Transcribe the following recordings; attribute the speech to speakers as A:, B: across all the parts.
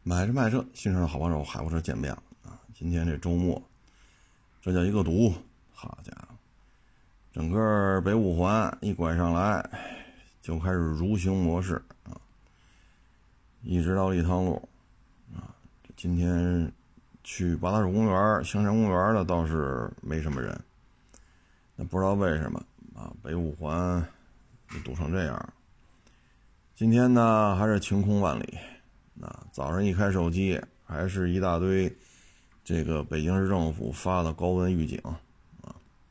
A: 买车卖车，新车的好帮手，海沃车见面了啊！今天这周末，这叫一个堵，好家伙，整个北五环一拐上来，就开始蠕行模式啊，一直到立汤路啊。今天去八大处公园、香山公园的倒是没什么人，那不知道为什么啊，北五环就堵成这样。今天呢，还是晴空万里。早上一开手机，还是一大堆这个北京市政府发的高温预警啊，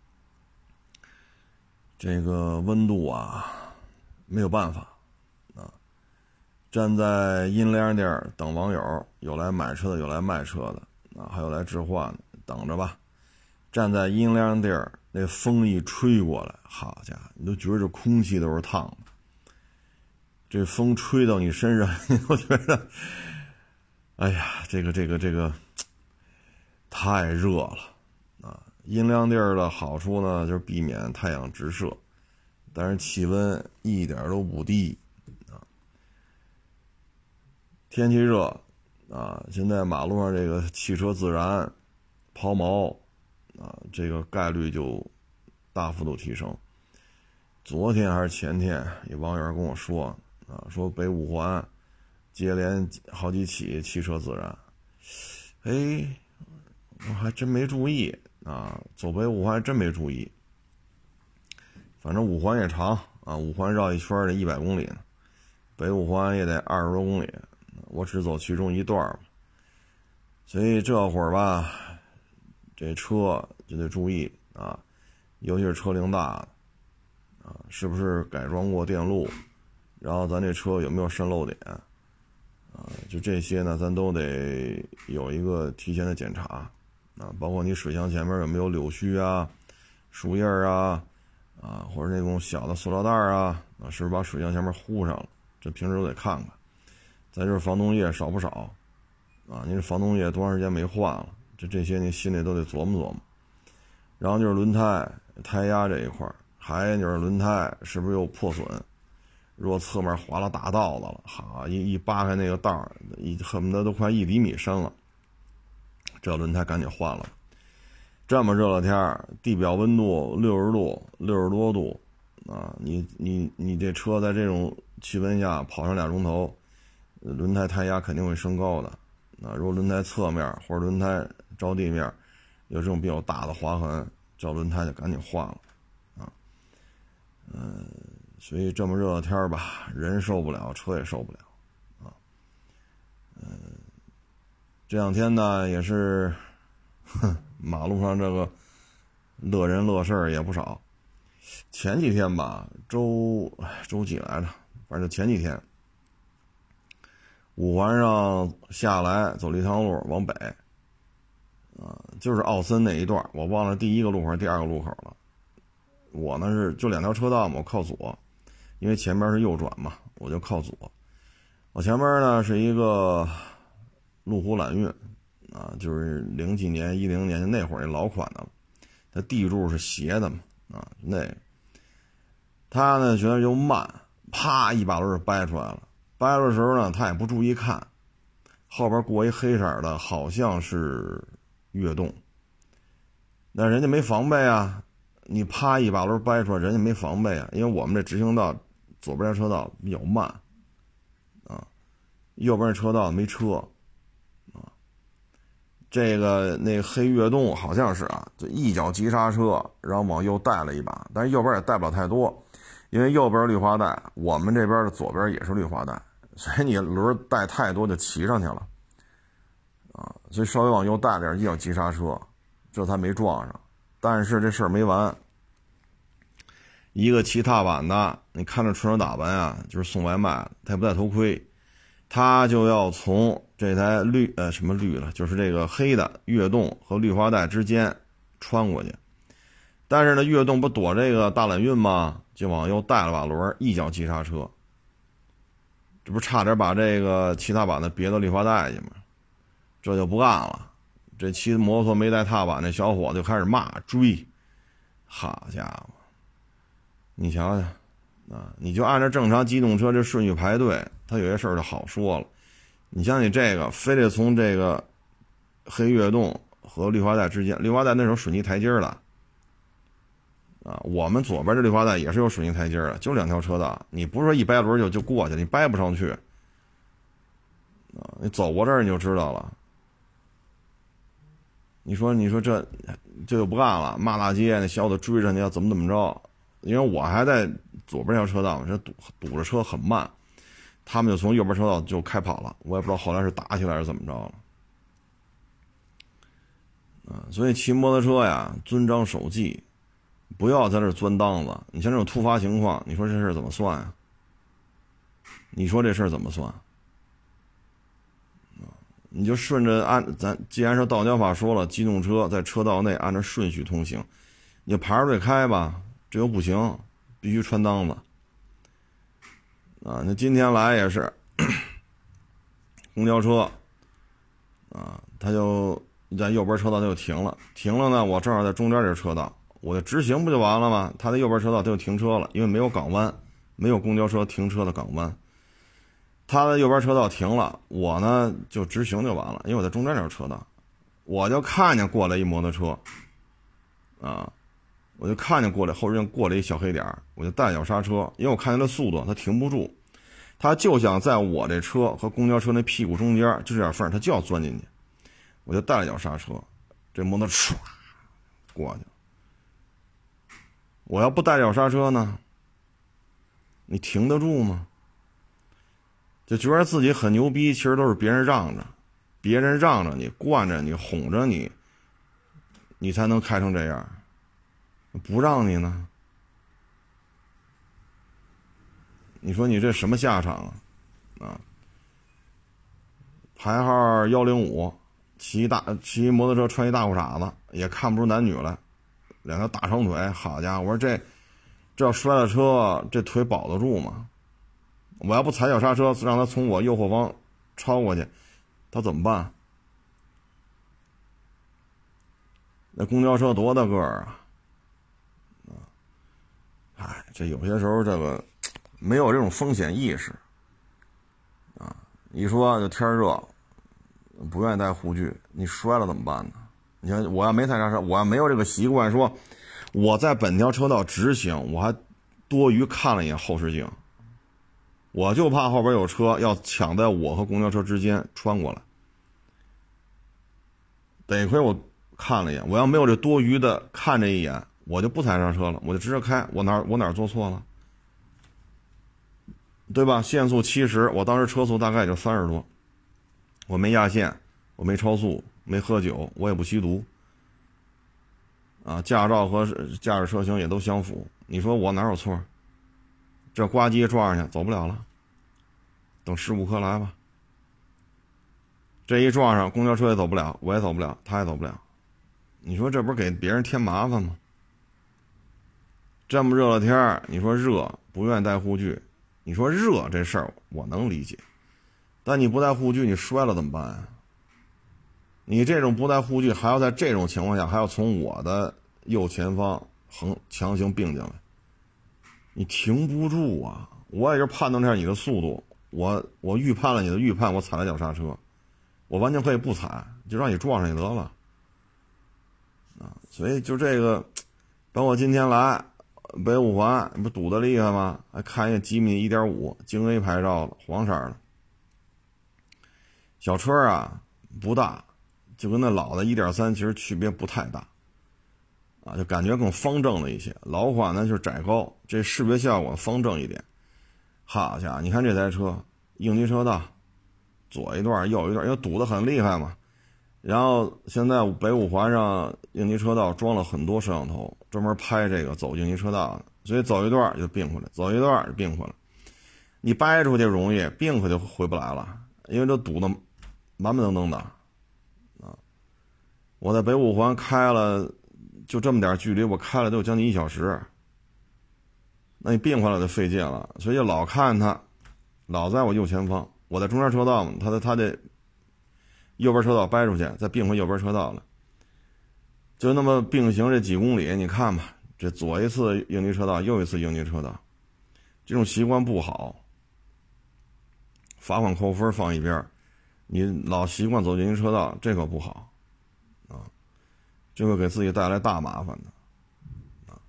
A: 这个温度啊没有办法啊，站在阴凉地儿等网友，有来买车的，有来卖车的啊，还有来置换的，等着吧。站在阴凉地儿，那风一吹过来，好家伙，你都觉着空气都是烫的。这风吹到你身上，你都觉得，哎呀，这个太热了啊！阴凉地儿的好处呢，就是避免太阳直射，但是气温一点都不低啊。天气热啊，现在马路上这个汽车自燃、抛锚啊，这个概率就大幅度提升。昨天还是前天，有网友跟我说。说北五环接连好几起汽车自燃，我还真没注意啊，走北五环还真没注意。反正五环也长啊，五环绕一圈得100公里呢，北五环也得20多公里，我只走其中一段嘛，所以这会儿吧，这车就得注意啊，尤其是车龄大的啊，是不是改装过电路？然后咱这车有没有渗漏点啊？就这些呢，咱都得有一个提前的检查啊，包括你水箱前面有没有柳絮啊、树叶啊，或者那种小的塑料袋啊，是不是把水箱前面糊上了？这平时都得看看。再就是防冻液少不少啊？你这防冻液多长时间没换了？这些你心里都得琢磨琢磨。然后就是轮胎、胎压这一块，还有就是轮胎是不是有破损？如果侧面划了大道子了，好一扒开那个道，恨不得都快1厘米深了，这轮胎赶紧换了。这么热的天，地表温度60度、60多度啊，你这车在这种气温下跑上2钟头，轮胎胎压肯定会升高的。如果轮胎侧面或者轮胎着地面有这种比较大的划痕，这轮胎就赶紧换了啊。所以这么热的天吧，人受不了，车也受不了啊。这两天呢也是马路上这个乐人乐事儿也不少。前几天吧，周几来着，反正就前几天，五环上下来走立汤路往北就是奥森那一段，我忘了第一个路口第二个路口了。我呢是就2条车道嘛，我靠左，因为前面是右转嘛，我就靠左。我前面呢是一个路虎揽运啊，就是0几年、10年那会儿那老款的了，它地柱是斜的嘛啊，那个他呢觉得就慢，啪一把轮掰出来了。掰的时候呢，他也不注意看，后边过一黑色的，好像是悦动，那人家没防备啊。你啪一把轮掰出来，人家没防备啊，因为我们这直行道左边车道比较慢啊，右边车道没车啊。这个那黑悦动好像是啊，就一脚急刹车，然后往右带了一把，但是右边也带不了太多，因为右边绿化带，我们这边的左边也是绿化带，所以你轮带太多就骑上去了啊，所以稍微往右带点，一脚急刹车，这才没撞上。但是这事儿没完，一个骑踏板的，你看着穿着打扮啊，就是送外卖，他也不戴头盔，他就要从这台什么绿了，就是这个黑的悦动和绿化带之间穿过去。但是呢，悦动不躲这个大揽运吗？就往右带了把轮，一脚急刹车，这不差点把这个骑踏板的别到绿化带去吗？这就不干了。这骑摩托没带踏板那小伙子就开始骂追，好家伙，你瞧瞧啊，你就按照正常机动车这顺序排队，他有些事儿就好说了。 你像你这个非得从这个黑跃动和绿化带之间，绿化带那时候水泥台阶的啊，我们左边这绿化带也是有水泥台阶的，就2条车道，你不是说一掰轮就过去，你掰不上去啊，你走过这儿你就知道了。你说这就不干了，骂大街，那小子追着你要怎么着？因为我还在左边条车道，这堵着车很慢，他们就从右边车道就开跑了，我也不知道后来是打起来还是怎么着了。所以骑摩托车呀，遵章守纪，不要在这钻裆子。你像这种突发情况，你说这事儿怎么算啊？你说这事儿怎么算？你就顺着咱既然说道交法说了，机动车在车道内按照顺序通行，你就排着队开吧，这又不行，必须穿裆子啊！那今天来也是公交车啊，他就在右边车道就停了呢，我正好在中间这车道，我就直行不就完了吗？他在右边车道他就停车了，因为没有港湾，没有公交车停车的港湾。他的右边车道停了，我呢就直行就完了，因为我在中间这车道，我就看见过来一摩托车，啊，我就看见过来后边过来一小黑点，我就带脚刹车，因为我看见他速度，他停不住，他就想在我这车和公交车那屁股中间就这点缝，他就要钻进去，我就带了脚刹车，这摩托唰过去，我要不带脚刹车呢，你停得住吗？就觉得自己很牛逼，其实都是别人让着你，惯着你，哄着你，你才能开成这样。不让你呢，你说你这什么下场啊？排号105，骑摩托车穿一大裤衩子，也看不出男女来，2条大长腿，好家伙，我说这要摔了车，这腿保得住吗？我要不踩脚刹车让他从我右后方超过去，他怎么办？那公交车多大个儿啊！这有些时候这个没有这种风险意识啊！一说就天热，不愿意带护具，你摔了怎么办呢？你看我要没踩刹车，我要没有这个习惯，说我在本条车道直行，我还多余看了一眼后视镜。我就怕后边有车要抢在我和公交车之间穿过来，得亏我看了一眼，我要没有这多余的看这一眼，我就不踩刹车了，我就直着开，我哪做错了，对吧？限速70，我当时车速大概也就30多，我没压线，我没超速，没喝酒，我也不吸毒啊，驾照和驾驶车型也都相符，你说我哪有错？这呱唧撞上去走不了了，等事故科来吧。这一撞上，公交车也走不了，我也走不了，他也走不了，你说这不是给别人添麻烦吗？这么热了天，你说热不愿意带护具，你说热这事儿我能理解，但你不带护具你摔了怎么办啊？你这种不带护具还要在这种情况下还要从我的右前方强行并进来，你停不住啊！我也是判断一下你的速度，我预判了你的预判，我踩了脚刹车，我完全可以不踩，就让你撞上就得了啊！所以就这个，包括今天来北五环不堵得厉害吗？还看一个吉米 1.5 京 A 牌照的黄色的小车啊，不大，就跟那老的 1.3 其实区别不太大啊，就感觉更方正了一些。老款呢就是窄高，这视觉效果方正一点。好家伙，你看这台车应急车道左一段右一段，因为堵得很厉害嘛。然后现在北五环上应急车道装了很多摄像头，专门拍这个走应急车道的，所以走一段就并回来，走一段就并回来。你掰出去容易，并回就回不来了，因为这堵得满满登登的啊！我在北五环开了就这么点距离，我开了都有将近1小时，那你并回来就费劲了，所以就老看他，老在我右前方，我在中间车道嘛，他的右边车道掰出去，再并回右边车道了，就那么并行这几公里，你看吧，这左一次应急车道，右一次应急车道，这种习惯不好，罚款扣分放一边， 你老习惯走紧急车道，这可不好啊，这会给自己带来大麻烦的啊。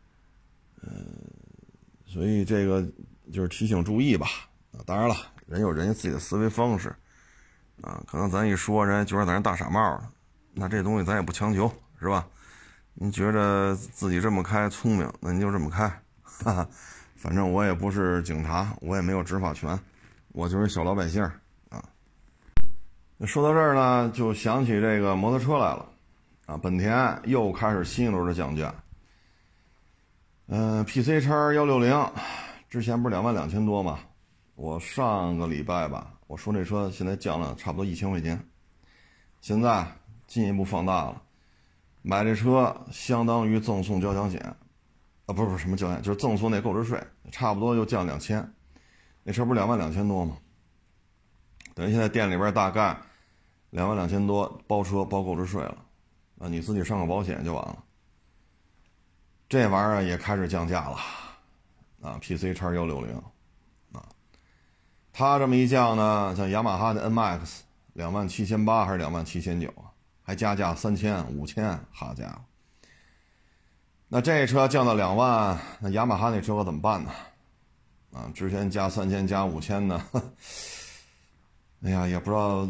A: 所以这个就是提醒注意吧。当然了，人有人家自己的思维方式啊，可能咱一说人家觉得咱是大傻帽，那这东西咱也不强求，是吧？您觉得自己这么开聪明，那您就这么开，哈哈。反正我也不是警察，我也没有执法权，我就是小老百姓啊。说到这儿呢，就想起这个摩托车来了啊，本田又开始新一轮的降价。PC 叉160之前不是22000多吗？我上个礼拜吧，我说这车现在降了差不多1000块钱，现在进一步放大了，买这车相当于赠送交强险啊，不是什么交强险，就是赠送那购置税，差不多又降2000，那车不是22000多吗？等于现在店里边大概22000多包车包购置税了啊，你自己上个保险就完了。这玩意儿也开始降价了啊 ，PC 叉160啊，它这么一降呢，像雅马哈的 NMAX 27800还是27900啊，还加价3000、5000，好家伙！那这车降到2万，那雅马哈那车可怎么办呢？啊，之前加3000加5000呢，哎呀，也不知道，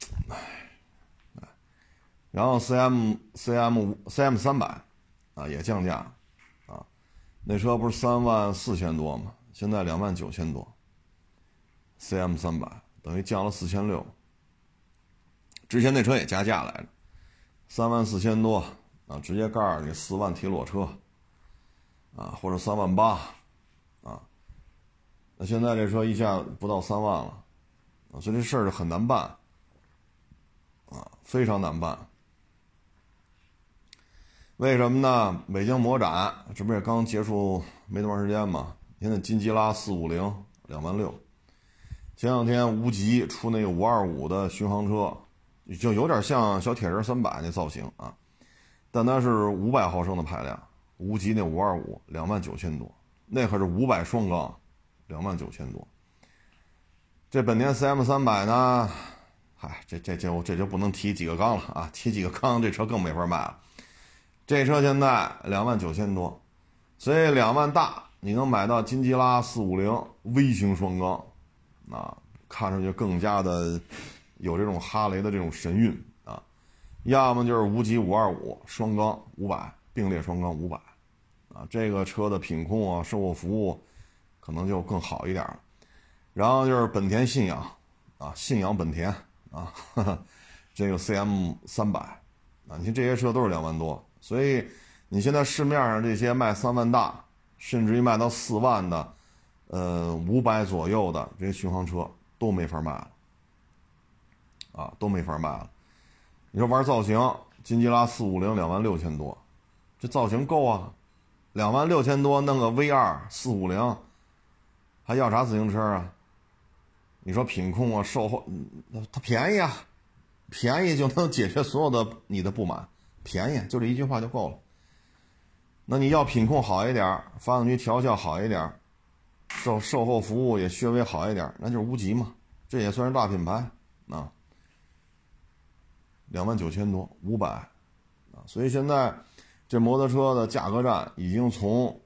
A: 然后 CM 300啊也降价。那车不是34000多吗？现在29000多 ，CM 300等于降了4600。之前那车也加价来着，34000多啊，直接告诉你4万提裸车啊，或者38000啊。那现在这车一下不到3万了啊，所以这事儿很难办啊，非常难办。为什么呢？北京魔展这不也刚结束没多长时间吗？现在金吉拉450 26000，前两天无极出那个525的巡航车，就有点像小铁人300那造型啊，但它是500毫升的排量，无极那525 29000多，那可是500双缸29000多。这本田 CM 300呢，嗨，这就不能提几个缸了啊，提几个缸这车更没法卖了。这车现在29000多，所以2万大你能买到金吉拉450微型双缸啊，看上去更加的有这种哈雷的这种神韵啊。要么就是无极525双缸500并列双缸500啊，这个车的品控啊售后服务可能就更好一点了。然后就是本田信仰啊，信仰本田啊，呵呵，这个 CM 300啊，你看这些车都是2万多。所以你现在市面上这些卖3万大甚至于卖到4万的500左右的这些巡航车都没法卖了啊，都没法卖了。你说玩造型，金吉拉450 26000多，这造型够啊，26000多弄个 V2 450还要啥自行车啊？你说品控啊售后它便宜啊，便宜就能解决所有的你的不满，便宜就这一句话就够了。那你要品控好一点，发动机调校好一点，售后服务也稍微好一点，那就是无极嘛，这也算是大品牌啊。29000多500啊，所以现在这摩托车的价格战已经从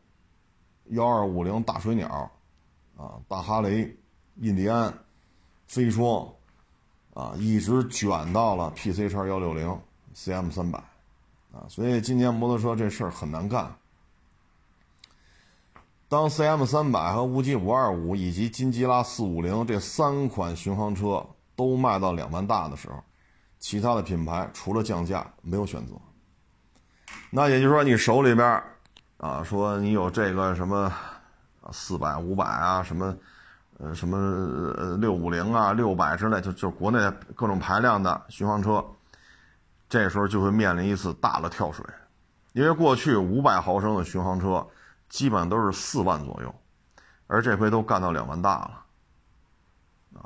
A: 1250大水鸟啊、大哈雷、印第安、飞双啊，一直卷到了 PC 叉160 CM 300啊，所以今年摩托车这事儿很难干。当 CM 300和无极525以及金吉拉450这3款巡航车都卖到2万大的时候，其他的品牌除了降价没有选择。那也就是说你手里边啊，说你有这个什么400、500啊，什么650啊、600之类，就国内各种排量的巡航车，这时候就会面临一次大的跳水。因为过去500毫升的巡航车基本都是4万左右，而这回都干到2万大了啊！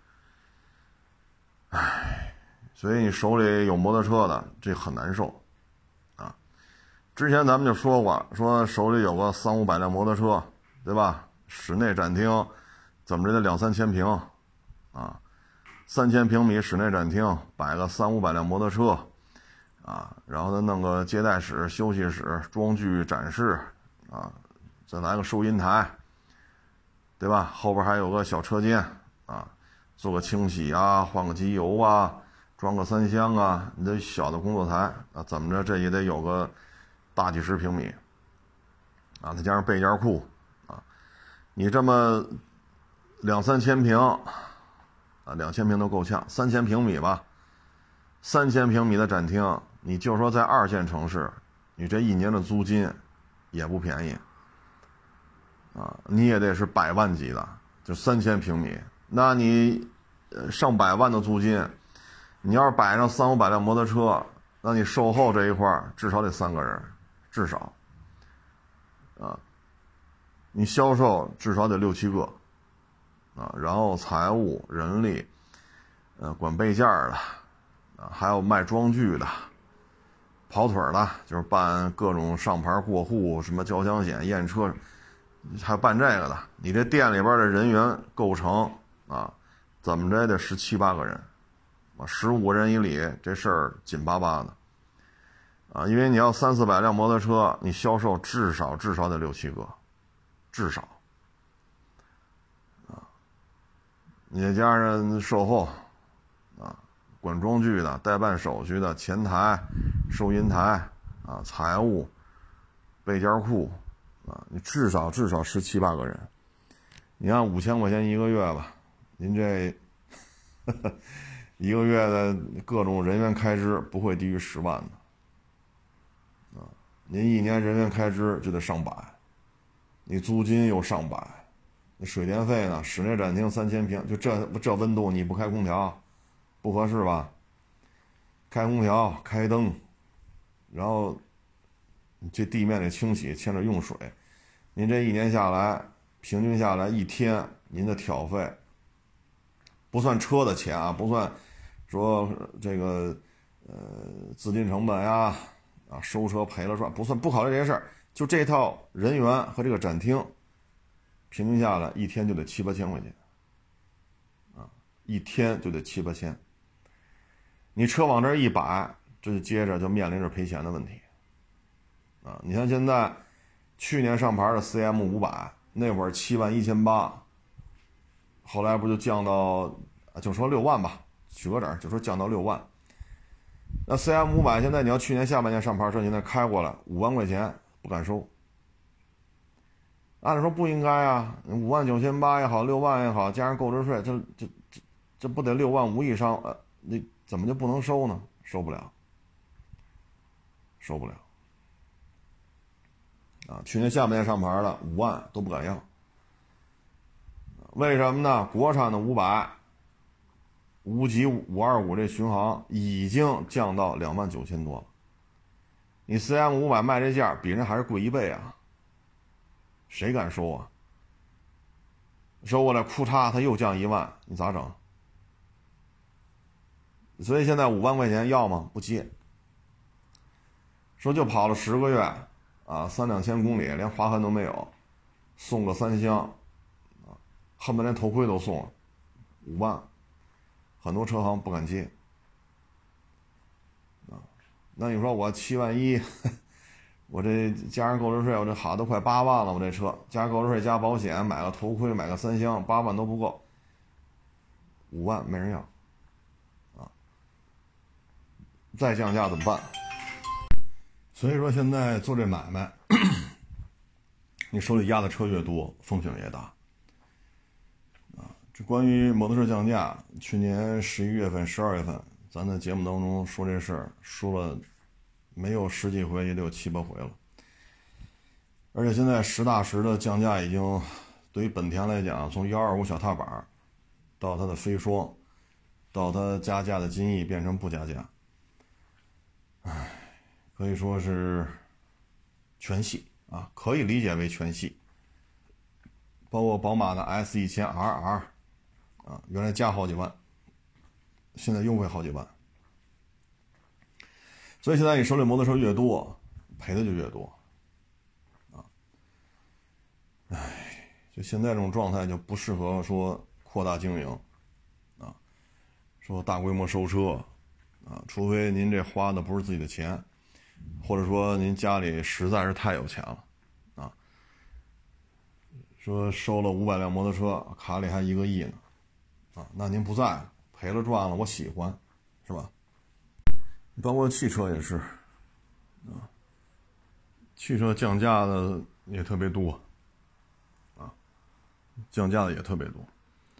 A: 唉，所以你手里有摩托车的这很难受啊。之前咱们就说过，说手里有个300-500辆摩托车，对吧？室内展厅怎么着得2-3千平啊， 3000平米室内展厅，摆个300-500辆摩托车啊，然后再弄个接待室、休息室、装具展示啊，再来个收银台，对吧？后边还有个小车间啊，做个清洗啊，换个机油啊，装个3箱啊，你这小的工作台啊，怎么着这也得有个大几十平米啊，再加上备件库啊，你这么2-3千平啊，2000平都够呛，3000平米吧，3000平米的展厅，你就说在2线城市，你这一年的租金也不便宜啊，你也得是百万级的，就3000平米，那你上百万的租金，你要是摆上300-500辆摩托车，那你售后这一块至少得3个人，至少啊，你销售至少得6-7个啊，然后财务、人力，管备件的啊，还有卖装具的，跑腿的，就是办各种上牌过户、什么交强险、验车，还有办这个的。你这店里边的人员构成啊，怎么着也得17-18个人啊，15个人以里，这事儿紧巴巴的啊，因为你要300-400辆摩托车，你销售至少得6-7个，至少啊，你再加上售后啊，管装具的、代办手续的、前台、收银台啊、财务、备件库啊，你至少17-18个人。你按5000块钱一个月吧，您这一个月的各种人员开支不会低于10万的啊。您一年人员开支就得上百，你租金又上百，你水电费呢？室内展厅3000平，就这温度你不开空调，不合适吧？开空调、开灯，然后这地面的清洗牵着用水，您这一年下来，平均下来一天您的挑费，不算车的钱啊，不算说这个资金成本呀啊收车赔了赚，不考虑这些事儿，就这套人员和这个展厅，平均下来一天就得7-8千块钱啊，一天就得7-8千。你车往这一摆，这就接着就面临着赔钱的问题啊！你像现在去年上牌的 CM500，那会儿71800，后来不就降到就说6万吧，举个点就说降到6万。那 CM500现在你要去年下半年上牌车，现在开过来5万块钱不敢收。按理说不应该啊，59800也好，6万也好，加上购置税，这不得6万5以上？你怎么就不能收呢？收不了啊！去年下半年上牌的5万都不敢要，为什么呢？国产的500、5级525这巡航已经降到29000多了，你 CM500卖这价比人还是贵1倍啊！谁敢收啊？收过来库嚓，他又降1万，你咋整？所以现在5万块钱要吗？不接。说就跑了10个月啊，3-2千公里，连划痕都没有，送个3箱啊，恨不得连头盔都送了，5万，很多车行不敢接啊。那你说我7万1，我这加上购置税，我这好都快8万了，我这车加购置税加保险，买个头盔，买个3箱，8万都不够，5万没人要啊，再降价怎么办？所以说现在做这买卖，你手里压的车越多，风险越大啊。这关于摩托车降价，去年11月份、12月份，咱在节目当中说这事儿，说了没有10几回，也得有7-8回了。而且现在实打实的降价已经，对于本田来讲，从125小踏板到它的飞双，到它加价的金翼变成不加价，唉。可以说是全系啊，可以理解为全系，包括宝马的 S1000RR 啊，原来加好几万，现在优惠好几万，所以现在你手里摩托车越多，赔的就越多啊。唉，就现在这种状态就不适合说扩大经营啊。 说大规模收车啊，除非您这花的不是自己的钱，或者说您家里实在是太有钱了啊，说收了500辆摩托车，卡里还1个亿呢啊，那您不在了，赔了赚了，我喜欢，是吧？包括汽车也是啊，汽车降价的也特别多啊，降价的也特别多。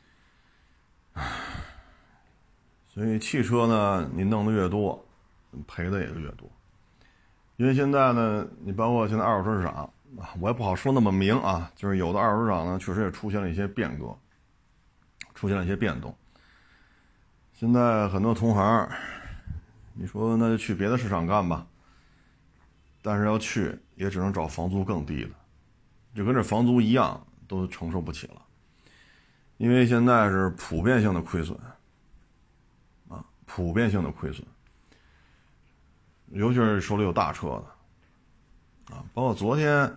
A: 所以汽车呢，你弄得越多，赔的也就越多。因为现在呢，你包括现在二手车市场，我也不好说那么明啊，就是有的二手市场呢，确实也出现了一些变革，出现了一些变动。现在很多同行，你说那就去别的市场干吧，但是要去也只能找房租更低的，就跟这房租一样，都承受不起了。因为现在是普遍性的亏损啊，普遍性的亏损，尤其是手里有大车的啊，包括昨天，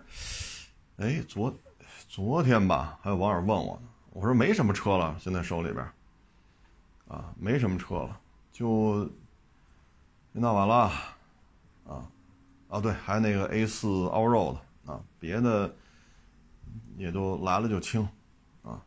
A: 昨天吧，还有网友问我呢，我说没什么车了，现在手里边啊，没什么车了，就那完了啊，对，还那个 A4 Allroad 啊，别的也都来了就清啊。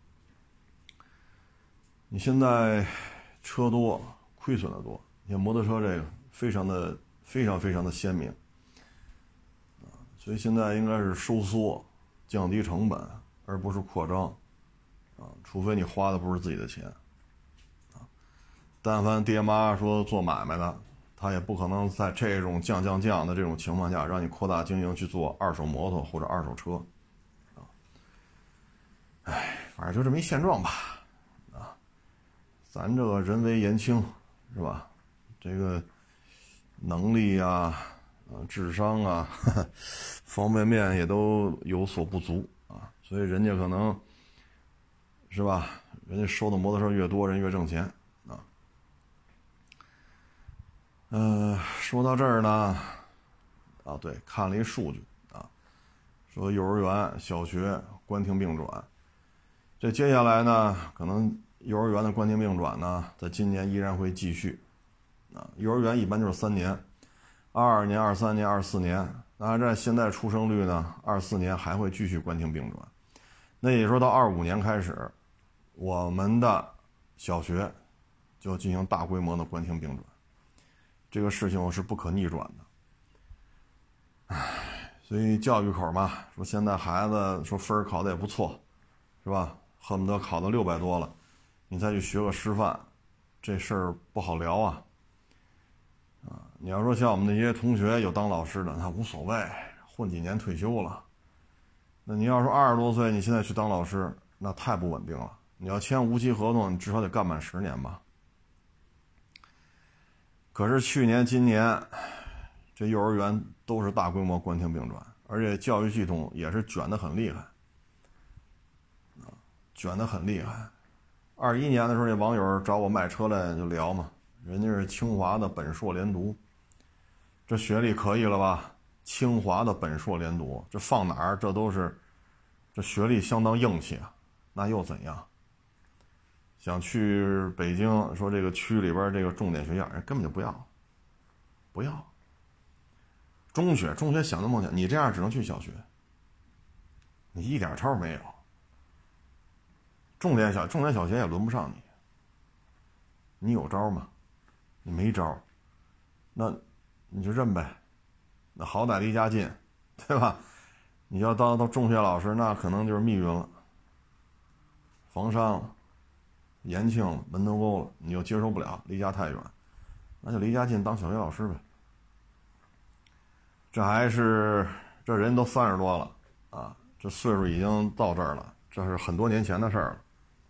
A: 你现在车多，亏损的多，你看摩托车这个非常的鲜明啊，所以现在应该是收缩，降低成本，而不是扩张啊，除非你花的不是自己的钱啊。但凡爹妈说做买卖的，他也不可能在这种降的这种情况下，让你扩大经营去做二手摩托或者二手车啊。反正就这么一现状吧啊。咱这个人微言轻，是吧？这个能力啊，智商啊，方便面也都有所不足啊，所以人家可能是吧？人家收的摩托车越多，人越挣钱啊。说到这儿呢，啊，对，看了一数据啊，说幼儿园、小学关停并转，这接下来呢，可能幼儿园的关停并转呢，在今年依然会继续啊。幼儿园一般就是3年，22年、23年、24年，那按照现在出生率呢，24年还会继续关停并转，那也就是说到25年开始，我们的小学就进行大规模的关停并转，这个事情是不可逆转的。所以教育口嘛，说现在孩子说分考的也不错，是吧？恨不得考到600多了，你再去学个师范，这事儿不好聊啊。你要说像我们那些同学有当老师的，那无所谓，混几年退休了。那你要说20多岁，你现在去当老师，那太不稳定了。你要签无期合同，你至少得干满10年吧。可是去年、今年，这幼儿园都是大规模关停并转，而且教育系统也是卷得很厉害，卷得很厉害。21年的时候，那网友找我卖车来就聊嘛，人家是清华的本硕连读，这学历可以了吧？清华的本硕连读，这放哪儿？这都是，这学历相当硬气啊，那又怎样？想去北京，说这个区里边这个重点学校，人根本就不要，不要。中学想的梦想，你这样只能去小学，你一点招没有。重点小学也轮不上你，你有招吗？你没招，那你就认呗，那好歹离家近，对吧？你要当中学老师，那可能就是密云了，房山了，延庆了，门头沟了，你又接受不了，离家太远，那就离家近当小学老师呗。这人都30多了啊，这岁数已经到这儿了，这是很多年前的事儿了。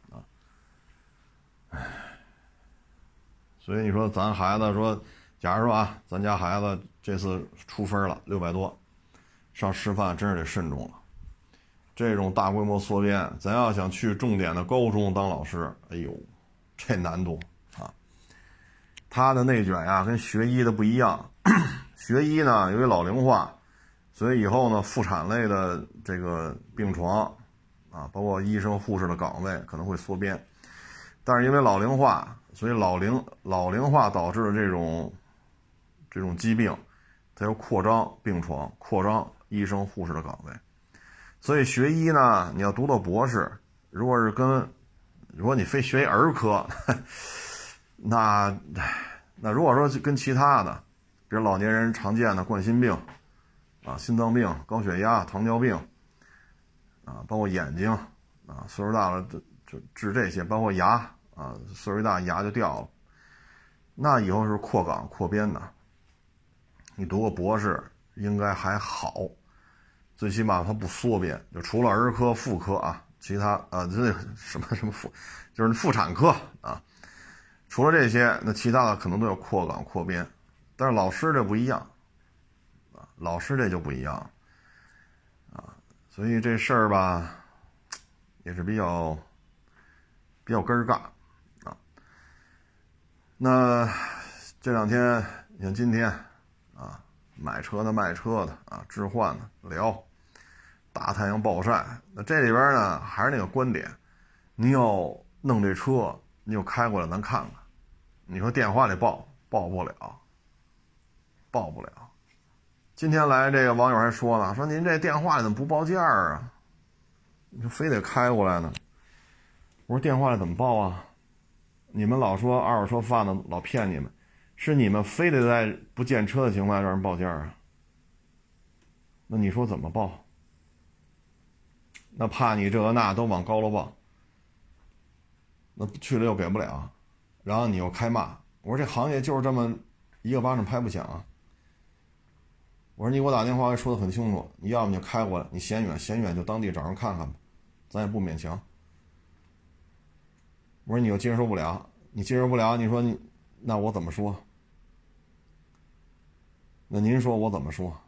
A: 所以你说咱孩子说，假如说啊，咱家孩子这次出分了600多，上师范真是得慎重了。这种大规模缩编，咱要想去重点的高中当老师，哎呦，这难度啊！他的内卷呀，跟学医的不一样。学医呢，由于老龄化，所以以后呢，妇产类的这个病床啊，包括医生、护士的岗位可能会缩编。但是因为老龄化， 所以老龄化导致的这种疾病，它要扩张病床，扩张医生护士的岗位。所以学医呢，你要读到博士，如果你非学儿科，那如果说跟其他的，比如老年人常见的冠心病啊、心脏病、高血压、糖尿病啊，包括眼睛啊，岁数大了就治这些，包括牙啊，岁数一大牙就掉了，那以后是扩岗扩编的。你读个博士应该还好，最起码它不缩编，就除了儿科、妇科啊，其他这什么妇，就是妇产科啊，除了这些，那其他的可能都要扩岗扩编。但是老师这不一样啊，老师这就不一样啊，所以这事儿吧，也是比较根儿尬啊。那这两天，你像今天啊，买车的卖车的啊，置换的聊，大太阳暴晒。那这里边呢，还是那个观点，你要弄这车，你就开过来咱看看。你说电话里报不了。今天来这个网友还说呢，说您这电话里怎么不报价啊？你说非得开过来呢？我说电话里怎么报啊？你们老说二手车贩子老骗你们，是你们非得在不见车的情况下让人报价啊？那你说怎么报？那怕你这个那都往高了报，那去了又给不了，然后你又开骂。我说这行业就是这么一个巴掌拍不响啊。我说你给我打电话说得很清楚，你要么就开过来，你嫌远就当地找人看看吧，咱也不勉强。我说你又接受不了，你说那我怎么说？那您说我怎么说？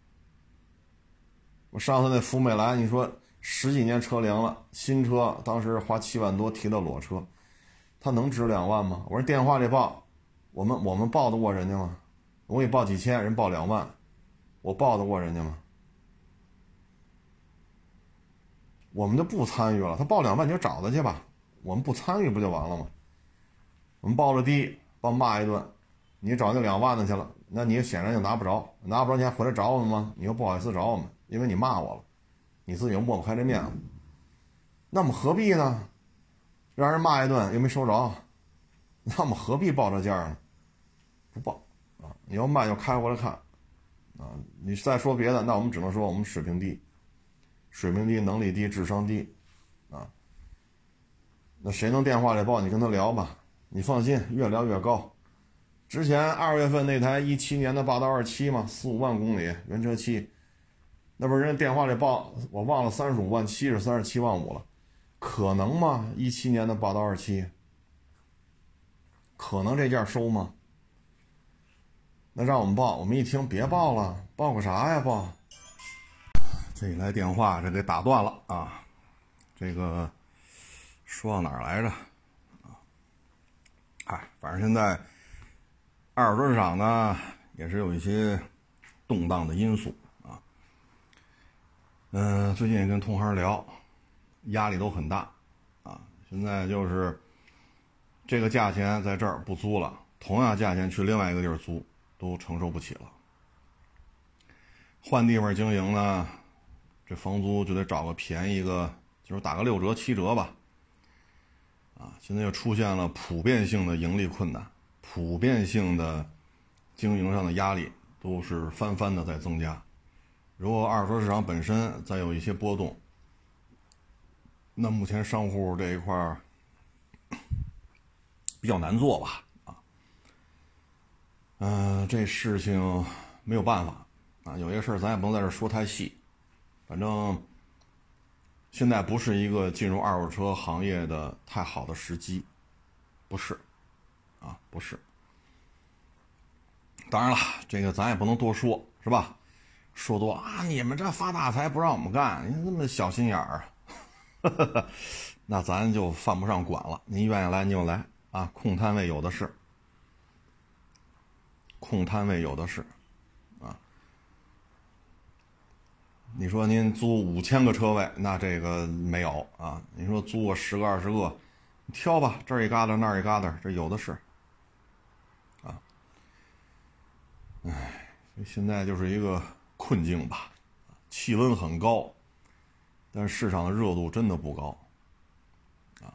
A: 我上次那福美来，你说10几年车龄了，新车当时花7万多提的裸车，它能值2万吗？我说电话里报，我们报得过人家吗？我给报几千，人报2万，我报得过人家吗？我们就不参与了，他报2万你就找他去吧，我们不参与不就完了吗？我们报了低，报骂一顿，你找那2万的去了，那你显然就拿不着你还回来找我们吗？你又不好意思找我们，因为你骂我了，你自己又抹不开这面子，那么何必呢？让人骂一顿又没收着，那么何必报这价呢？不报啊！你要卖就开过来看啊！你再说别的，那我们只能说我们水平低，能力低，智商低啊！那谁能电话里报，你跟他聊吧，你放心，越聊越高。之前2月份那台17年的霸道27嘛，4、5万公里原车漆，那不是人家电话里报，我忘了35万7是37万5了，可能吗？17年的霸道27，可能这价收吗？那让我们报，我们一听别报了，报个啥呀报？这一来电话这给打断了啊！这个说到哪儿来着？反正现在二手车市场呢也是有一些动荡的因素啊。最近也跟同行聊，压力都很大啊。现在就是这个价钱在这儿不租了，同样价钱去另外一个地儿租都承受不起了。换地方经营呢，这房租就得找个便宜个，就是打个6折7折吧。现在又出现了普遍性的盈利困难，普遍性的经营上的压力都是翻的在增加。如果二手车市场本身再有一些波动，那目前商户这一块比较难做吧这事情没有办法啊，有些事咱也不能在这说太细，反正现在不是一个进入二手车行业的太好的时机，不是。当然了，这个咱也不能多说，是吧？说多啊，你们这发大财不让我们干，你那么小心眼儿那咱就犯不上管了。您愿意来你就来啊，空摊位有的是，啊。你说您租5000个车位，那这个没有啊。你说租个10个20个， 你挑吧，这儿一疙瘩那儿一疙瘩，这有的是啊。现在就是一个困境吧，气温很高，但是市场的热度真的不高啊。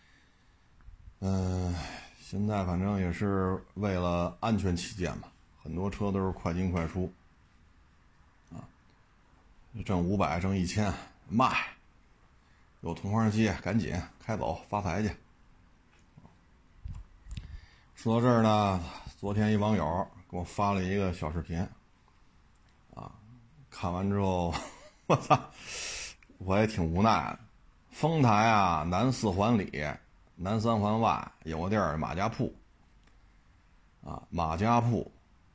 A: 现在反正也是为了安全起见吧，很多车都是快进快出啊，挣500挣1000卖，有同行接赶紧开走发财去。说到这儿呢，昨天一网友给我发了一个小视频啊，看完之后我操，我也挺无奈的。丰台啊，南4环里南3环外有个地儿马家铺啊，马家铺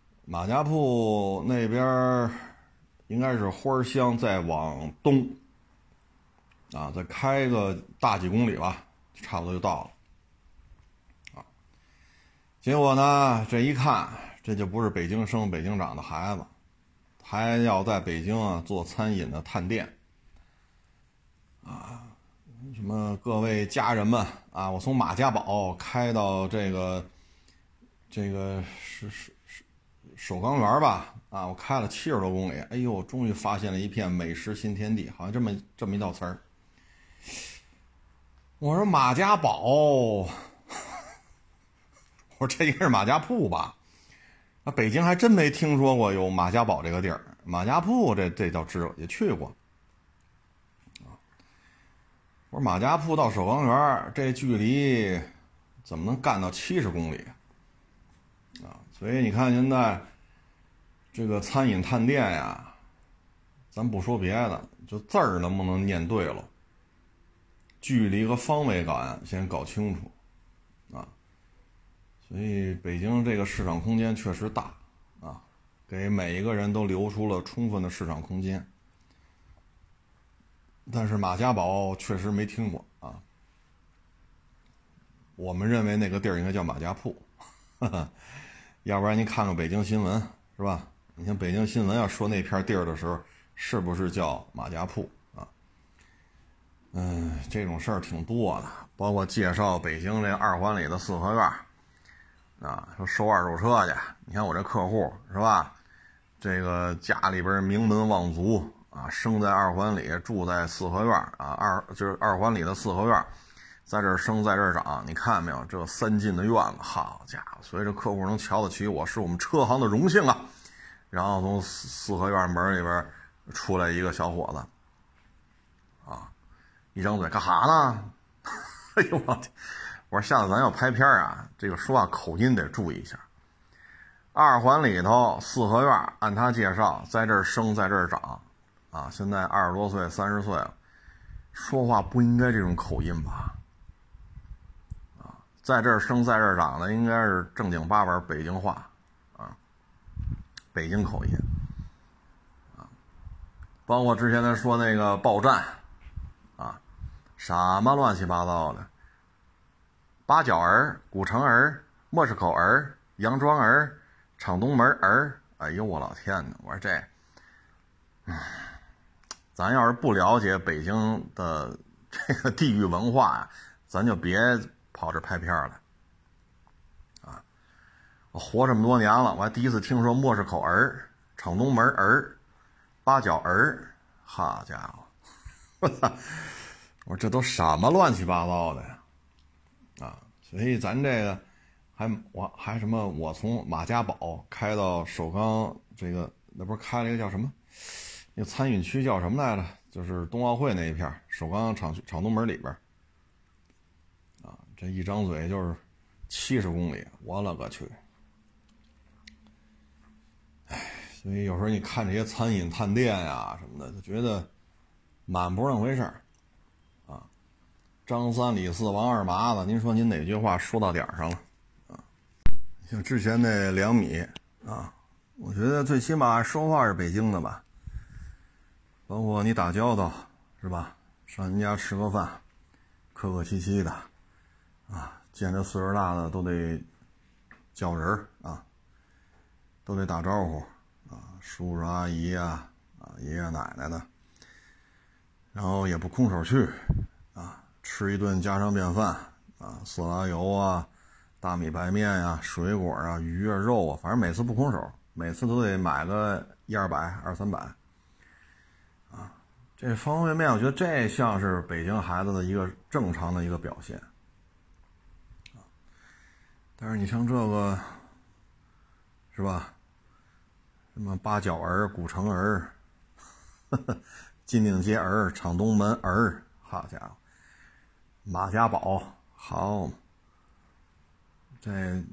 A: 那边应该是花乡再往东啊，再开个大几公里吧，差不多就到了啊。结果呢，这一看，这就不是北京生北京长的孩子，还要在北京啊做餐饮的探店啊。什么各位家人们啊，我从马家堡开到这个是首钢园吧啊，我开了70多公里，哎呦，终于发现了一片美食新天地，好像这么一道词儿。我说马家堡，我说这应该是马家铺吧？啊，北京还真没听说过有马家堡这个地儿，马家铺这倒知道，也去过。我说马家铺到首钢园这距离怎么能干到70公里啊？所以你看现在这个餐饮探店呀，咱不说别的，就字儿能不能念对了，距离和方位感先搞清楚啊。所以北京这个市场空间确实大啊，给每一个人都留出了充分的市场空间。但是马家堡确实没听过啊，我们认为那个地儿应该叫马家铺，要不然你看看北京新闻是吧？你看北京新闻要说那片地儿的时候，是不是叫马家铺啊？这种事儿挺多的，包括介绍北京这2环里的4合院啊，说收二手车去。你看我这客户是吧？这个家里边名门望族啊，生在2环里，住在4合院啊，就是2环里的4合院，在这儿生，在这儿长。你看没有，这3进的院子，好家伙！所以这客户能瞧得起我，是我们车行的荣幸啊。然后从4合院门里边出来一个小伙子，啊，一张嘴干哈呢？哎呦我天！我说下次咱要拍片啊，这个说话口音得注意一下。2环里头4合院，按他介绍，在这儿生，在这儿长，啊，现在20多岁、30岁了，说话不应该这种口音吧？啊，在这儿生，在这儿长的，应该是正经八百北京话，啊，北京口音，啊，包括之前他说那个报站，啊，什么乱七八糟的，八角儿、古城儿、莫市口儿、杨庄儿。厂东门儿，哎呦我老天哪！我说这，咱要是不了解北京的这个地域文化呀，咱就别跑这拍片了。啊，我活这么多年了，我还第一次听说莫市口儿、厂东门儿、八角儿，好家伙！我操！我说这都什么乱七八糟的呀？啊，所以咱这个。还什么？我从马家堡开到首钢，这个那不是开了一个叫什么？那个餐饮区叫什么来着？就是冬奥会那一片，首钢厂东门里边。啊，这一张嘴就是70公里，我勒个去！哎，所以有时候你看这些餐饮探店呀什么的，就觉得满不是那回事儿啊。张三李四王二麻子，您说您哪句话说到点儿上了？像之前那2米啊，我觉得最起码说话是北京的吧，包括你打交道是吧？上人家吃个饭，客客气气的啊，见着岁数大的都得叫人啊，都得打招呼啊，叔叔阿姨啊，爷爷奶奶的，然后也不空手去啊，吃一顿家常便饭啊，色拉油啊，大米白面呀、水果啊、鱼啊、肉啊，反正每次不空手，每次都得买个100-200、200-300啊。这方方面面，我觉得这像是北京孩子的一个正常的一个表现啊。但是你像这个，是吧？什么八角儿、古城儿、金顶街儿、厂东门儿，好家伙，马家堡，好，这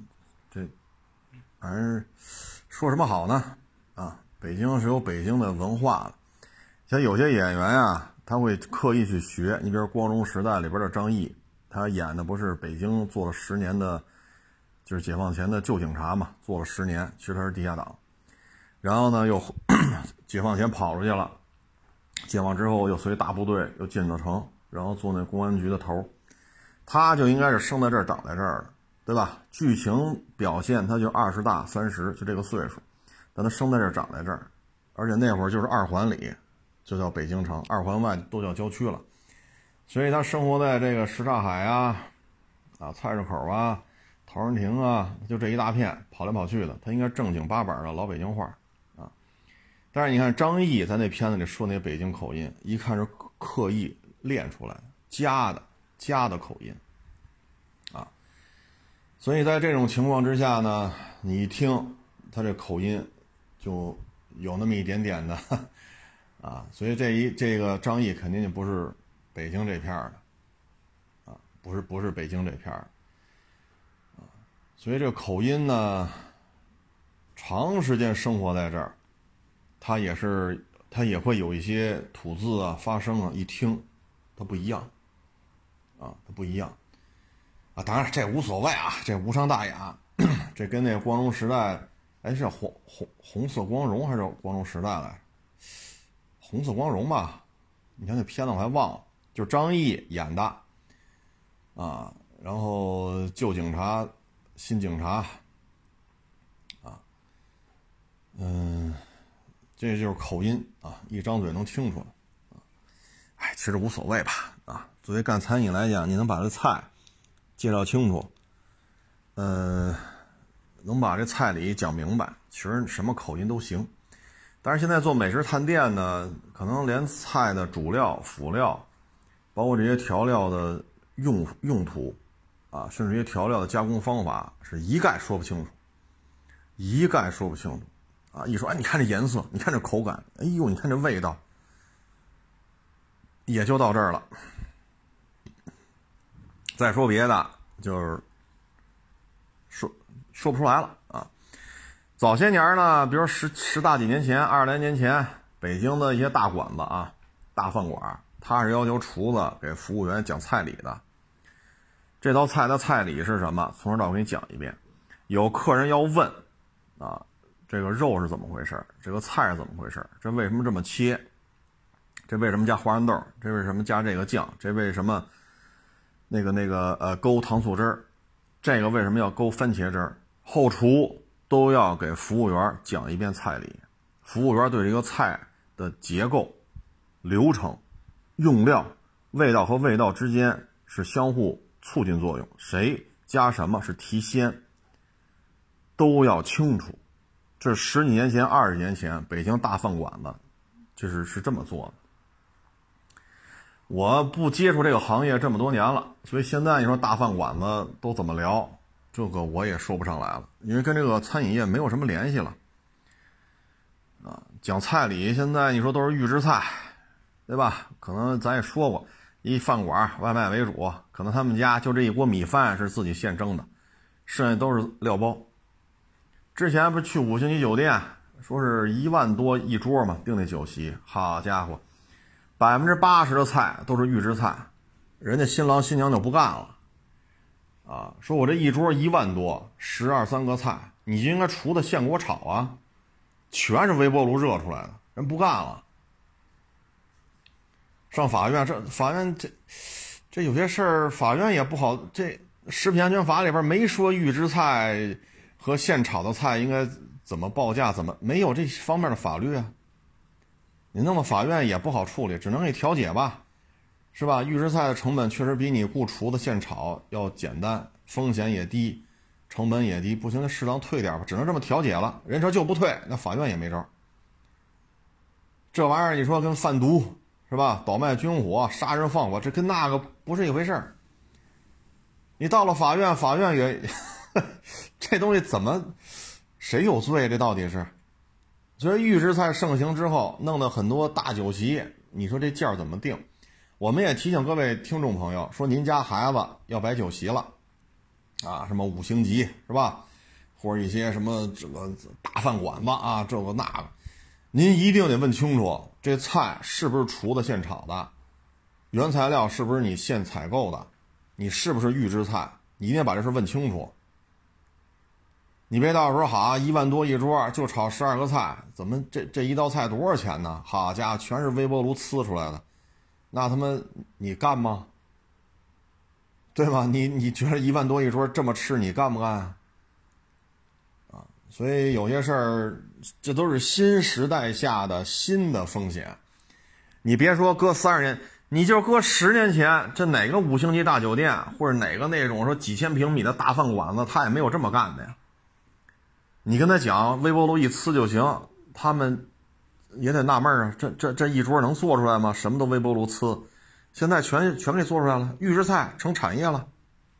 A: 反正说什么好呢？啊，北京是有北京的文化的。像有些演员啊，他会刻意去学。你比如《光荣时代》里边的张译，他演的不是北京做了10年的，就是解放前的旧警察嘛，做了10年，其实他是地下党。然后呢，又解放前跑出去了，解放之后又随大部队又进了城，然后做那公安局的头。他就应该是生在这儿长在这儿的，对吧？剧情表现他就20大30，就这个岁数，但他生在这儿长在这儿，而且那会儿就是2环里就叫北京城，2环外都叫郊区了，所以他生活在这个什刹海啊、菜市口啊、陶然亭啊，就这一大片跑来跑去的，他应该正经八板的老北京话啊。但是你看张译在那片子里说那北京口音，一看是刻意练出来的，加的口音啊。所以在这种情况之下呢，你一听他这口音就有那么一点点的啊，所以这个张译肯定就不是北京这片的啊，不是北京这片啊，所以这个口音呢，长时间生活在这儿，他也会有一些吐字啊、发声啊，一听它不一样啊，它不一样啊。当然这无所谓啊，这无伤大雅，这跟那个光荣时代，哎，是红色光荣还是光荣时代来着？红色光荣吧，你看那片子我还忘了，就是张译演的啊，然后旧警察、新警察啊，这就是口音啊，一张嘴能听出来啊。哎，其实无所谓吧啊。作为干餐饮来讲，你能把这菜介绍清楚，能把这菜里讲明白，其实什么口音都行。但是现在做美食探店呢，可能连菜的主料、辅料，包括这些调料的用途啊，甚至这些调料的加工方法，是一概说不清楚啊！一说，哎，你看这颜色，你看这口感，哎呦，你看这味道，也就到这儿了。再说别的，就是说不出来了啊。早些年呢，比如十大几年前、20来年前，北京的一些大馆子啊、大饭馆，他是要求厨子给服务员讲菜理的。这道菜的菜理是什么？从头到尾给你讲一遍。有客人要问啊，这个肉是怎么回事？这个菜是怎么回事？这为什么这么切？这为什么加花生豆？这为什么加这个酱？这为什么勾糖醋汁儿？这个为什么要勾番茄汁儿？后厨都要给服务员讲一遍菜理，服务员对这个菜的结构、流程、用料、味道和味道之间是相互促进作用，谁加什么是提鲜，都要清楚。这10几年前、20几年前，北京大饭馆子是这么做的。我不接触这个行业这么多年了，所以现在你说大饭馆子都怎么聊，这个我也说不上来了，因为跟这个餐饮业没有什么联系了啊。讲菜理，现在你说都是预制菜，对吧？可能咱也说过，一饭馆外卖为主，可能他们家就这一锅米饭是自己现蒸的，剩下都是料包。之前不是去5星级酒店，说是1万多一桌嘛，订那酒席，好家伙，80%的菜都是预制菜，人家新郎新娘就不干了啊，说我这一桌1万多，12、3个菜，你就应该厨子现给我炒啊，全是微波炉热出来的，人不干了。上法院，法院这有些事儿，法院也不好。这食品安全法里边没说预制菜和现炒的菜应该怎么报价，没有这方面的法律啊。你弄到法院也不好处理，只能给调解吧。 是吧？预制菜的成本确实比你雇厨子现炒要简单，风险也低，成本也低，不行就适当退点吧，只能这么调解了。人说就不退，那法院也没招。这玩意儿你说跟贩毒是吧？倒卖军火、杀人放火，这跟那个不是一回事儿。你到了法院，法院也这东西怎么谁有罪？这到底是？所以预制菜盛行之后，弄得很多大酒席，你说这价怎么定？我们也提醒各位听众朋友说，您家孩子要摆酒席了啊，什么5星级是吧？或者一些什么这个大饭馆子啊，这个那个，您一定得问清楚，这菜是不是厨子现炒的，原材料是不是你现采购的，你是不是预制菜，你一定要把这事问清楚。你别到时候好1万多一桌就炒12个菜，怎么这一道菜多少钱呢？好家伙，全是微波炉呲出来的，那他妈你干吗？对吧？你觉得1万多一桌这么吃，你干不干啊？所以有些事儿，这都是新时代下的新的风险。你别说搁30年，你就搁10年前，这哪个5星级大酒店或者哪个那种说几千平米的大饭馆子，他也没有这么干的呀。你跟他讲微波炉一呲就行，他们也得纳闷啊，这一桌能做出来吗？什么都微波炉呲，现在全给做出来了，预制菜成产业了。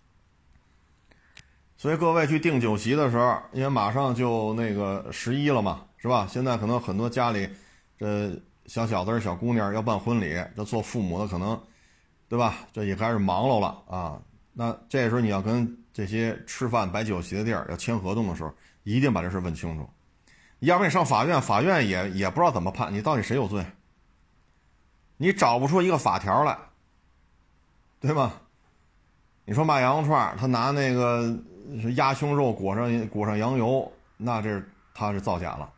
A: 所以各位去订酒席的时候，因为马上就那个11了嘛，是吧？现在可能很多家里这小小子小姑娘要办婚礼，这做父母的可能，对吧？这也开始忙碌了啊。那这时候你要跟这些吃饭摆酒席的地儿要签合同的时候，一定把这事问清楚，要不然你上法院，法院也不知道怎么判，你到底谁有罪？你找不出一个法条来，对吗？你说卖羊肉串，他拿那个鸭胸肉裹上羊油，那他是造假了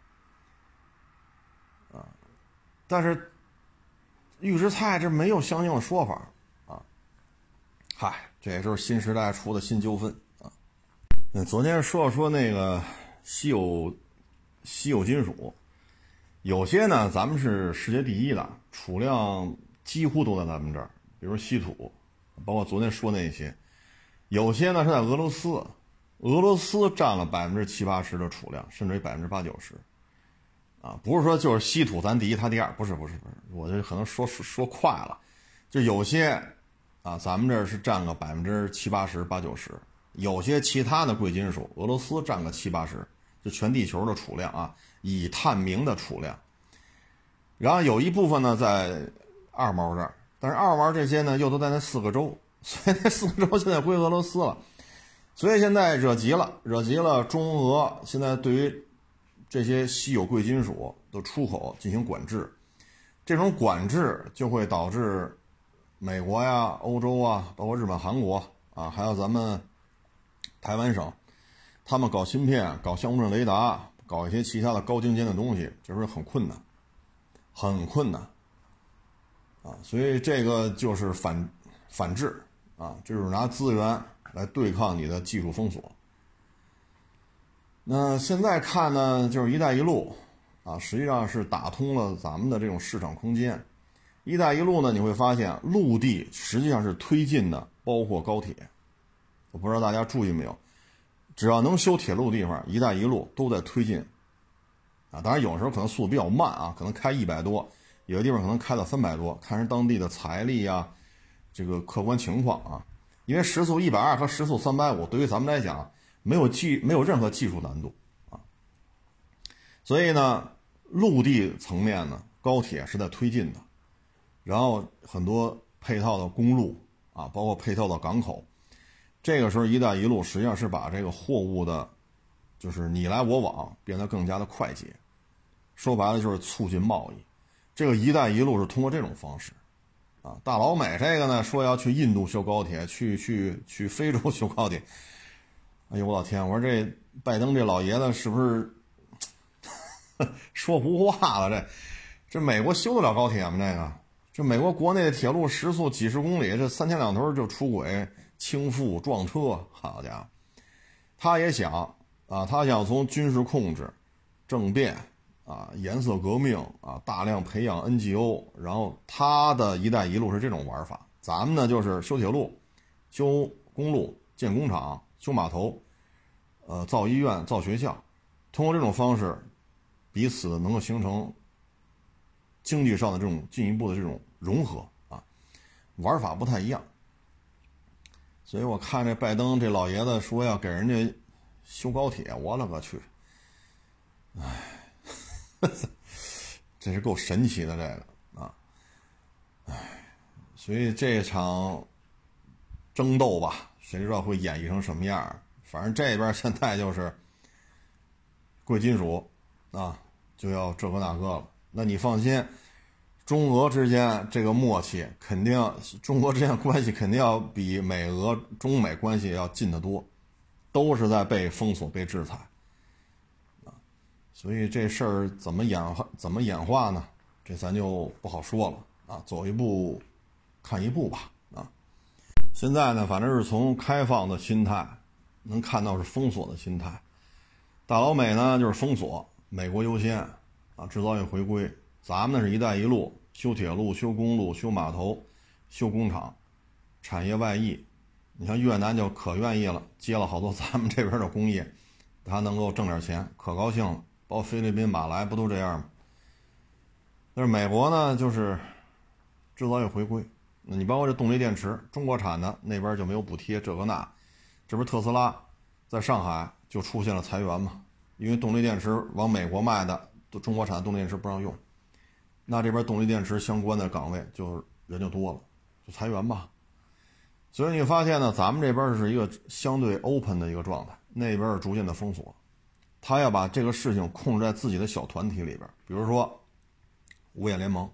A: 啊。但是预制菜这没有相应的说法啊。嗨，这也就是新时代出的新纠纷啊。昨天说那个稀有金属，有些呢咱们是世界第一的，储量几乎都在咱们这儿，比如稀土，包括昨天说那些。有些呢是在俄罗斯占了70-80%的储量，甚至于80-90%啊，不是说就是稀土咱第一他第二，不是，我这可能说快了，就有些啊咱们这是占个70-80%-90%，有些其他的贵金属俄罗斯占个70-80%，就全地球的储量啊，已探明的储量。然后有一部分呢在二毛这儿，但是二毛这些呢又都在那4个州，所以那4个州现在归俄罗斯了。所以现在惹急了中俄现在对于这些稀有贵金属的出口进行管制，这种管制就会导致美国呀、欧洲啊，包括日本、韩国啊，还有咱们台湾省，他们搞芯片、搞相位阵雷达、搞一些其他的高精尖的东西，就是很困难啊。所以这个就是反制啊，就是拿资源来对抗你的技术封锁。那现在看呢，就是一带一路啊，实际上是打通了咱们的这种市场空间。一带一路呢，你会发现陆地实际上是推进的，包括高铁。我不知道大家注意没有，只要能修铁路的地方，一带一路都在推进啊。当然有时候可能速度比较慢啊，可能开100多，有的地方可能开到300多，看人当地的财力啊，这个客观情况啊。因为时速120和时速350对于咱们来讲没有任何技术难度啊。所以呢，陆地层面呢，高铁是在推进的，然后很多配套的公路啊，包括配套的港口。这个时候一带一路实际上是把这个货物的就是你来我往变得更加的快捷，说白了就是促进贸易。这个一带一路是通过这种方式啊。大老美这个呢说要去印度修高铁，去非洲修高铁。哎呦我老天，我说这拜登这老爷子是不是说胡话了？这美国修得了高铁吗？这美国国内的铁路时速几十公里，这3天2头就出轨倾覆撞车，好家伙。他也想啊，他想从军事控制、政变啊、颜色革命啊，大量培养 NGO， 然后他的一带一路是这种玩法咱们呢就是修铁路、修公路、建工厂、修码头，造医院、造学校，通过这种方式，彼此能够形成经济上的这种进一步的这种融合啊，玩法不太一样。所以我看这拜登这老爷子说要给人家修高铁，我勒个去！哎，真是够神奇的这个啊！哎，所以这场争斗吧，谁知道会演绎成什么样？反正这边现在就是贵金属啊，就要这个那个了。那你放心，中俄之间这个默契肯定，中俄之间关系肯定要比美俄中美关系要近得多，都是在被封锁、被制裁啊。所以这事儿怎么演化呢？这咱就不好说了啊，走一步看一步吧啊。现在呢，反正是从开放的心态能看到是封锁的心态。大老美呢就是封锁，美国优先啊，制造业回归。咱们呢是一带一路，修铁路、修公路、修码头、修工厂，产业外溢。你像越南就可愿意了，接了好多咱们这边的工业，他能够挣点钱，可高兴了。包括菲律宾、马来不都这样吗？但是美国呢就是制造业回归。那你包括这动力电池，中国产的那边就没有补贴，这个那，这不是特斯拉在上海就出现了裁员嘛？因为动力电池往美国卖的，中国产的动力电池不让用，那这边动力电池相关的岗位就人就多了，就裁员吧。所以你发现呢，咱们这边是一个相对 open 的一个状态，那边是逐渐的封锁，他要把这个事情控制在自己的小团体里边，比如说五眼联盟，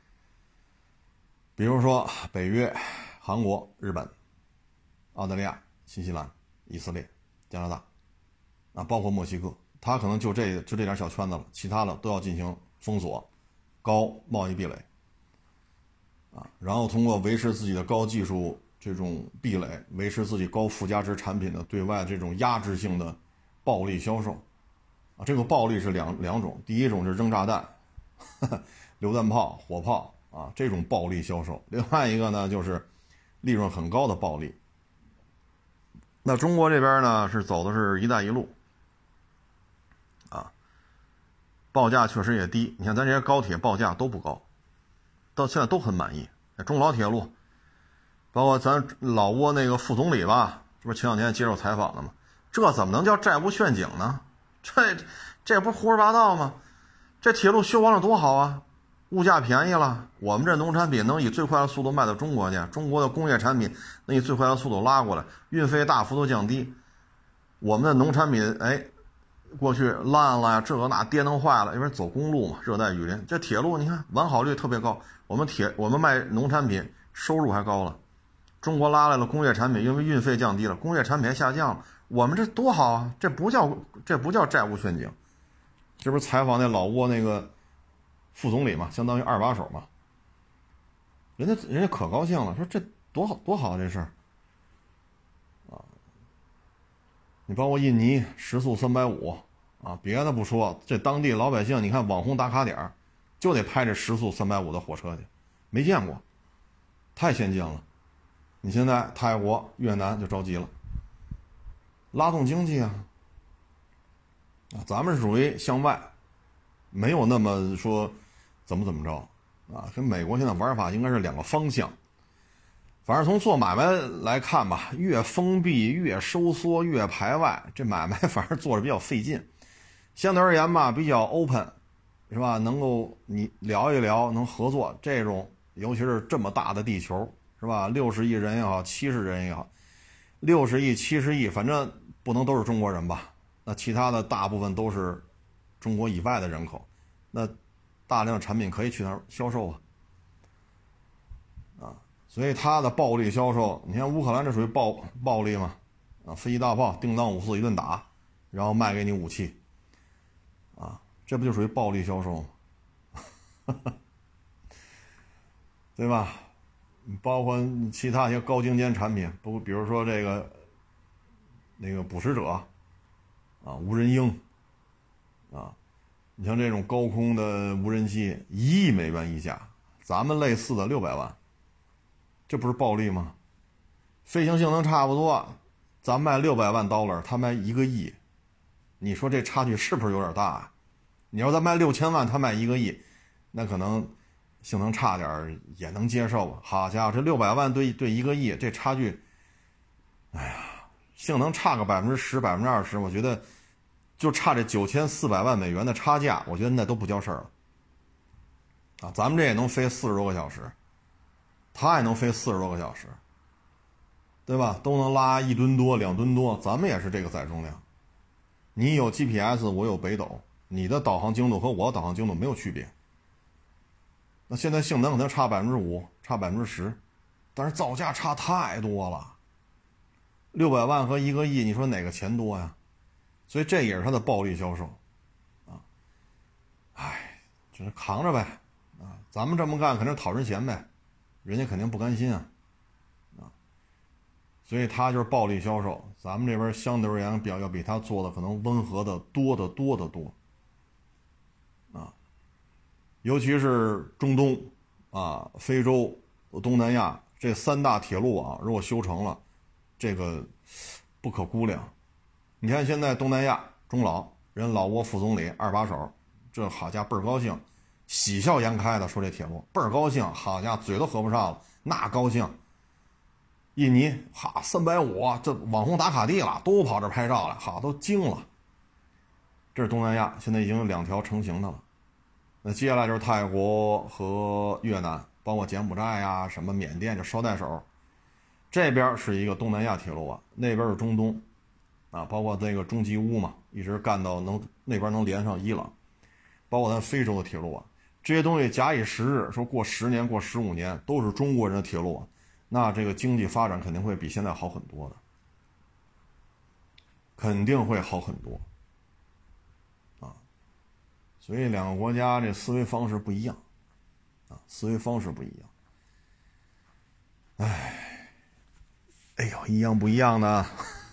A: 比如说北约、韩国、日本、澳大利亚、新西兰、以色列、加拿大啊，包括墨西哥，他可能就这点小圈子了，其他的都要进行封锁，高贸易壁垒啊，然后通过维持自己的高技术这种壁垒，维持自己高附加值产品的对外这种压制性的暴力销售啊，这个暴力是两种，第一种是扔炸弹、榴弹炮、火炮啊，这种暴力销售，另外一个呢就是利润很高的暴利。那中国这边呢是走的是一带一路啊，报价确实也低，你看咱这些高铁报价都不高，到现在都很满意。中老铁路包括咱老挝那个副总理吧，这不是前两天接受采访的吗？这怎么能叫债务陷阱呢？这不是胡说八道吗？这铁路修完了多好啊，物价便宜了，我们这农产品能以最快的速度卖到中国去，中国的工业产品能以最快的速度拉过来，运费大幅度降低，我们的农产品过去烂了呀，这个那跌弄坏了，因为走公路嘛，热带雨林，这铁路你看完好率特别高，我们卖农产品收入还高了，中国拉来了工业产品，因为运费降低了，工业产品下降了，我们这多好啊，这不叫债务陷阱。这不是采访那老挝那个副总理嘛，相当于二把手嘛，人家可高兴了，说这多好这事儿啊！你包括印尼时速350啊，别的不说，这当地老百姓你看网红打卡点就得拍这时速350的火车去，没见过，太先进了。你现在泰国、越南就着急了，拉动经济啊！咱们是属于向外，没有那么说怎么着啊，跟美国现在玩法应该是两个方向。反正从做买卖来看吧，越封闭越收缩越排外，这买卖反正做着比较费劲。相对而言吧，比较 open 是吧，能够你聊一聊能合作，这种尤其是这么大的地球是吧，60亿人也好，70人也好，60亿70亿，反正不能都是中国人吧，那其他的大部分都是中国以外的人口，那大量的产品可以去那儿销售啊，所以它的暴力销售，你看乌克兰这属于暴力嘛，啊，飞机大炮叮当五四一顿打，然后卖给你武器，啊，这不就属于暴力销售吗？对吧？包括其他一些高精尖产品，比如说那个捕食者啊，无人鹰啊，你像这种高空的无人机，1亿美元一架，咱们类似的600万， 这不是暴利吗？飞行性能差不多，咱卖600万$，他卖1个亿，你说这差距是不是有点大啊？你要再卖6000万，他卖1个亿，那可能性能差点也能接受吧。好家伙，这600万对1个亿，这差距，哎呀，性能差个10%、20%，我觉得就差这9400万美元的差价，我觉得那都不叫事儿了。啊，咱们这也能飞40多个小时，他也能飞40多个小时，对吧？都能拉1吨多、2吨多，咱们也是这个载重量。你有 GPS， 我有北斗，你的导航精度和我的导航精度没有区别。那现在性能可能差5%，差10%，但是造价差太多了。600万和1个亿，你说哪个钱多呀？所以这也是他的暴利销售，啊，哎，就是扛着呗，啊，咱们这么干肯定是讨人嫌呗，人家肯定不甘心啊，所以他就是暴利销售。咱们这边相对而言要比他做的可能温和的多得多得多，啊，尤其是中东啊、非洲、东南亚这3大铁路啊，如果修成了，这个不可估量。你看现在东南亚中老人老挝副总理2把手，这好家伙倍儿高兴，喜笑颜开的说这铁路倍儿高兴，好家伙嘴都合不上了，那高兴。印尼哈350，这网红打卡地了，都跑这拍照了，好都惊了。这是东南亚，现在已经有2条成型的了。那接下来就是泰国和越南，包括柬埔寨呀、什么缅甸，就捎带手。这边是一个东南亚铁路啊，那边是中东。啊，包括那个中吉乌嘛，一直干到那边能连上伊朗，包括咱非洲的铁路啊，这些东西假以时日，说过10年、过15年，都是中国人的铁路，那这个经济发展肯定会比现在好很多的，肯定会好很多，啊，所以2个国家这思维方式不一样，啊，思维方式不一样，哎呦，一样不一样呢？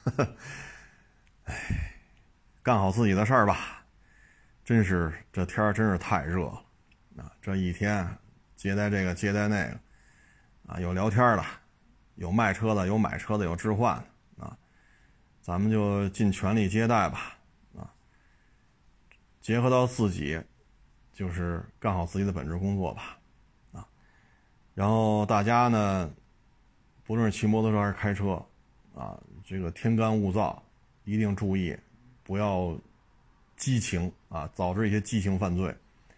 A: 干好自己的事儿吧，真是这天儿真是太热了啊！这一天接待这个接待那个啊，有聊天的，有卖车的，有买车的，有置换的啊，咱们就尽全力接待吧啊！结合到自己，就是干好自己的本职工作吧啊！然后大家呢，不论是骑摩托车还是开车啊，这个天干物燥，一定注意。不要激情啊，导致一些激情犯罪，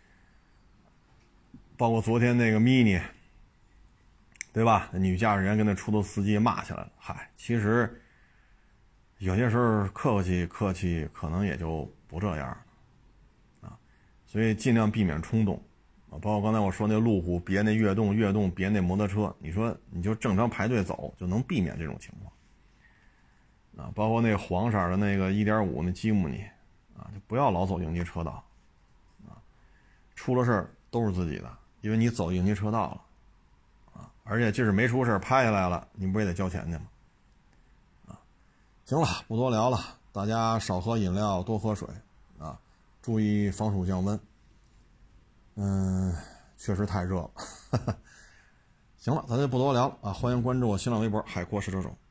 A: 包括昨天那个 mini， 对吧？女驾驶员跟那出租司机骂起来了。嗨，其实有些时候客气客气，可能也就不这样啊。所以尽量避免冲动啊。包括刚才我说那路虎别那悦动，悦动别那摩托车，你说你就正常排队走，就能避免这种情况。啊，包括那黄色的那个 1.5 那吉姆尼啊，就不要老走应急车道啊，出了事儿都是自己的，因为你走应急车道了啊，而且即使没出事拍下来了，你不也得交钱去吗？啊，行了，不多聊了，大家少喝饮料，多喝水啊，注意防暑降温。确实太热了。行了，咱就不多聊了啊，欢迎关注我新浪微博海阔试车手。